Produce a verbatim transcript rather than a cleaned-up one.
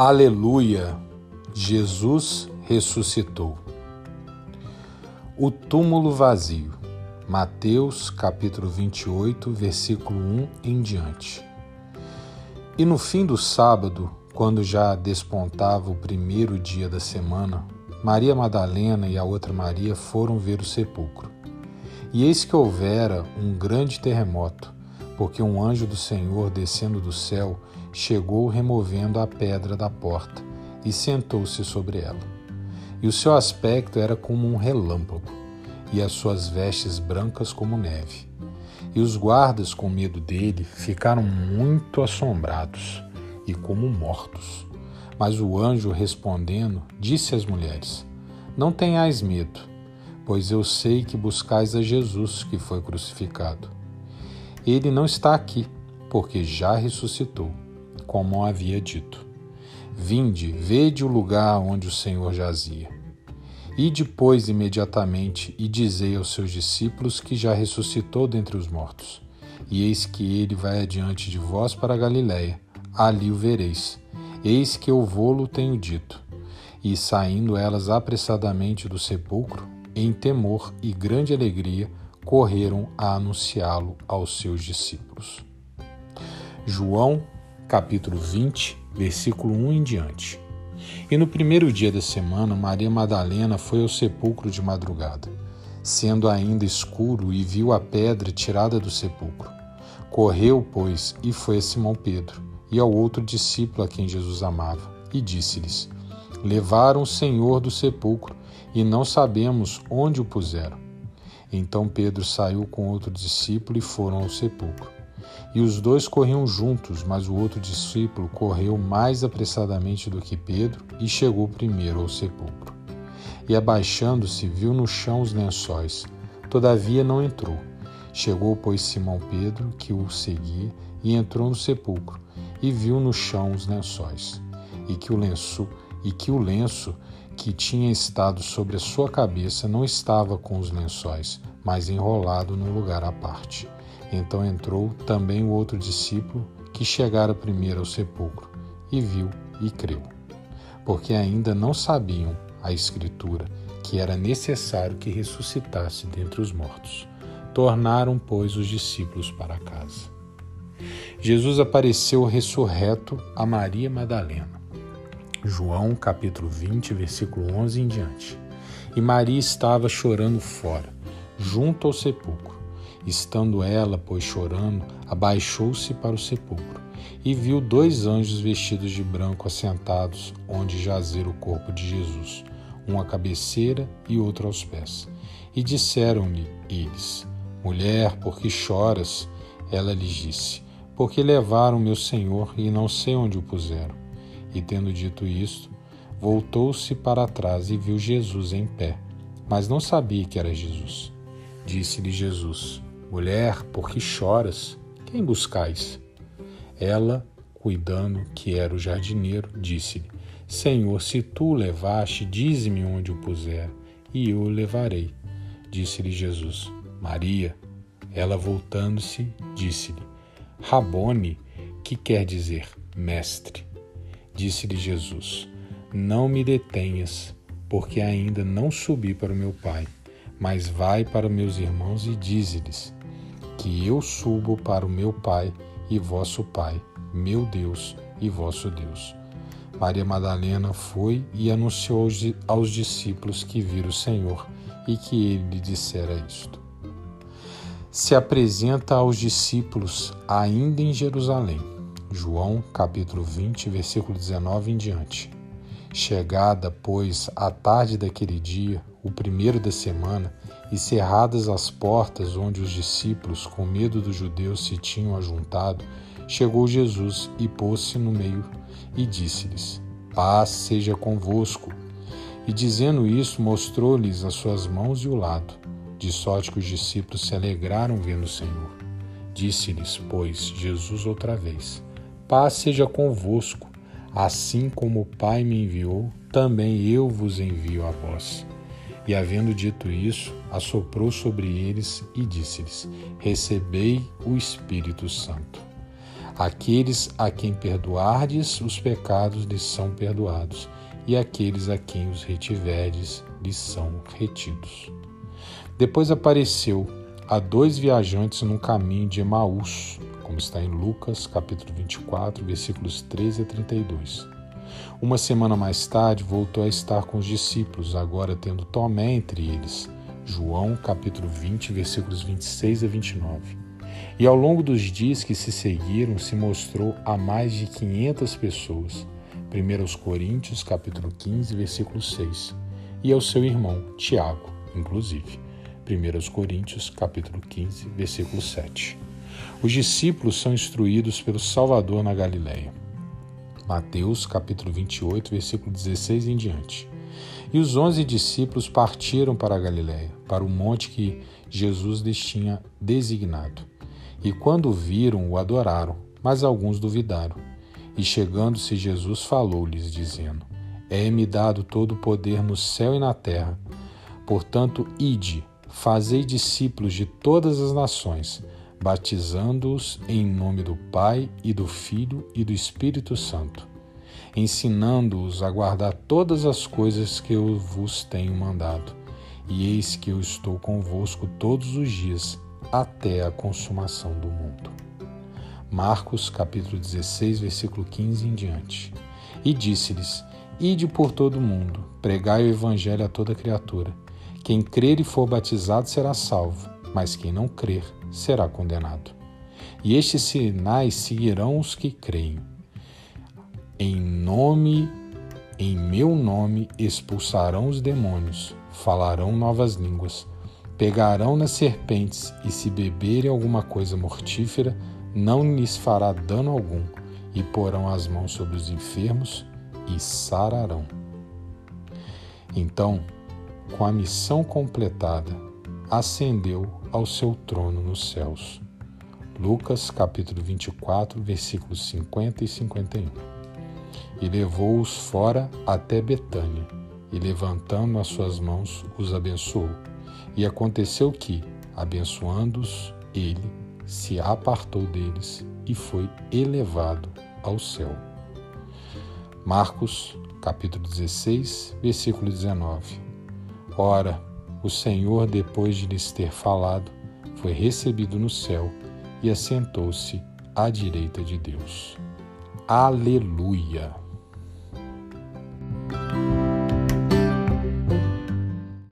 Aleluia! Jesus ressuscitou. O túmulo vazio. Mateus capítulo vinte e oito, versículo um em diante. E no fim do sábado, quando já despontava o primeiro dia da semana, Maria Madalena e a outra Maria foram ver o sepulcro. E eis que houvera um grande terremoto, porque um anjo do Senhor, descendo do céu, chegou removendo a pedra da porta e sentou-se sobre ela. E o seu aspecto era como um relâmpago, e as suas vestes brancas como neve. E os guardas, com medo dele, ficaram muito assombrados e como mortos. Mas o anjo, respondendo, disse às mulheres: Não tenhais medo, pois eu sei que buscais a Jesus, que foi crucificado. Ele não está aqui, porque já ressuscitou, como havia dito. Vinde, vede o lugar onde o Senhor jazia. E depois, imediatamente, e dizei aos seus discípulos que já ressuscitou dentre os mortos. E eis que ele vai adiante de vós para a Galiléia, ali o vereis. Eis que eu vô-lo tenho dito. E saindo elas apressadamente do sepulcro, em temor e grande alegria, correram a anunciá-lo aos seus discípulos. João, capítulo vinte, versículo um em diante. E no primeiro dia da semana, Maria Madalena foi ao sepulcro de madrugada, sendo ainda escuro, e viu a pedra tirada do sepulcro. Correu, pois, e foi a Simão Pedro, e ao outro discípulo a quem Jesus amava, e disse-lhes: Levaram o Senhor do sepulcro, e não sabemos onde o puseram. Então Pedro saiu com outro discípulo e foram ao sepulcro. E os dois corriam juntos, mas o outro discípulo correu mais apressadamente do que Pedro e chegou primeiro ao sepulcro. E abaixando-se, viu no chão os lençóis. Todavia não entrou. Chegou, pois, Simão Pedro, que o seguia, e entrou no sepulcro, e viu no chão os lençóis, e que o lenço, e que o lenço que tinha estado sobre a sua cabeça não estava com os lençóis, mas enrolado num lugar à parte. Então entrou também o outro discípulo, que chegara primeiro ao sepulcro, e viu e creu. Porque ainda não sabiam a Escritura que era necessário que ressuscitasse dentre os mortos. Tornaram, pois, os discípulos para casa. Jesus apareceu ressurreto a Maria Madalena. João, capítulo vinte, versículo onze em diante. E Maria estava chorando fora, junto ao sepulcro. Estando ela, pois, chorando, abaixou-se para o sepulcro, e viu dois anjos vestidos de branco assentados, onde jazera o corpo de Jesus, um à cabeceira e outro aos pés. E disseram-lhe eles: Mulher, por que choras? Ela lhes disse: Porque levaram meu Senhor, e não sei onde o puseram. E tendo dito isto, voltou-se para trás e viu Jesus em pé, mas não sabia que era Jesus. Disse-lhe Jesus: Mulher, por que choras? Quem buscais? Ela, cuidando que era o jardineiro, disse-lhe: Senhor, se tu o levaste, dize-me onde o puser, e eu o levarei. Disse-lhe Jesus: Maria. Ela, voltando-se, disse-lhe: Rabone, que quer dizer mestre. Disse-lhe Jesus: Não me detenhas, porque ainda não subi para o meu Pai, mas vai para meus irmãos e dize-lhes que eu subo para o meu Pai e vosso Pai, meu Deus e vosso Deus. Maria Madalena foi e anunciou aos discípulos que viram o Senhor e que ele lhe dissera isto. Se apresenta aos discípulos ainda em Jerusalém. João, capítulo vinte, versículo dezenove em diante. Chegada, pois, a tarde daquele dia, o primeiro da semana, e cerradas as portas onde os discípulos, com medo dos judeus, se tinham ajuntado, chegou Jesus e pôs-se no meio e disse-lhes: Paz seja convosco. E dizendo isso, mostrou-lhes as suas mãos e o lado, de sorte que os discípulos se alegraram vendo o Senhor. Disse-lhes, pois, Jesus outra vez: Paz seja convosco. Assim como o Pai me enviou, também eu vos envio a vós. E havendo dito isso, assoprou sobre eles e disse-lhes: Recebei o Espírito Santo. Aqueles a quem perdoardes os pecados lhes são perdoados, e aqueles a quem os retiverdes lhes são retidos. Depois apareceu a dois viajantes num caminho de Emaús, como está em Lucas, capítulo vinte e quatro, versículos treze a trinta e dois. Uma semana mais tarde, voltou a estar com os discípulos, agora tendo Tomé entre eles. João, capítulo vinte, versículos vinte e seis a vinte e nove. E ao longo dos dias que se seguiram, se mostrou a mais de quinhentas pessoas. primeiro aos Coríntios, capítulo quinze, versículo seis. E ao seu irmão, Tiago, inclusive. primeiro aos Coríntios, capítulo quinze, versículo sete. Os discípulos são instruídos pelo Salvador na Galileia. Mateus, capítulo vinte e oito, versículo dezesseis em diante. E os onze discípulos partiram para a Galileia, para o monte que Jesus lhes tinha designado. E quando o viram, o adoraram, mas alguns duvidaram. E chegando-se Jesus falou-lhes, dizendo: É-me dado todo o poder no céu e na terra. Portanto, ide, fazei discípulos de todas as nações, batizando-os em nome do Pai e do Filho e do Espírito Santo, ensinando-os a guardar todas as coisas que eu vos tenho mandado. E eis que eu estou convosco todos os dias, até a consumação do mundo. Marcos, capítulo dezesseis, versículo quinze em diante. E disse-lhes: Ide por todo o mundo, pregai o evangelho a toda criatura. Quem crer e for batizado será salvo, mas quem não crer será condenado. E estes sinais seguirão os que creem. Em nome, em meu nome expulsarão os demônios, falarão novas línguas, pegarão nas serpentes, e se beberem alguma coisa mortífera, não lhes fará dano algum, e porão as mãos sobre os enfermos e sararão. Então, com a missão completada, ascendeu ao seu trono nos céus. Lucas, capítulo vinte e quatro, versículos cinquenta e cinquenta e um. E levou-os fora até Betânia, e levantando as suas mãos, os abençoou. E aconteceu que, abençoando-os, ele se apartou deles e foi elevado ao céu. Marcos, capítulo dezesseis, versículo dezenove. Ora, o Senhor, depois de lhes ter falado, foi recebido no céu e assentou-se à direita de Deus. Aleluia!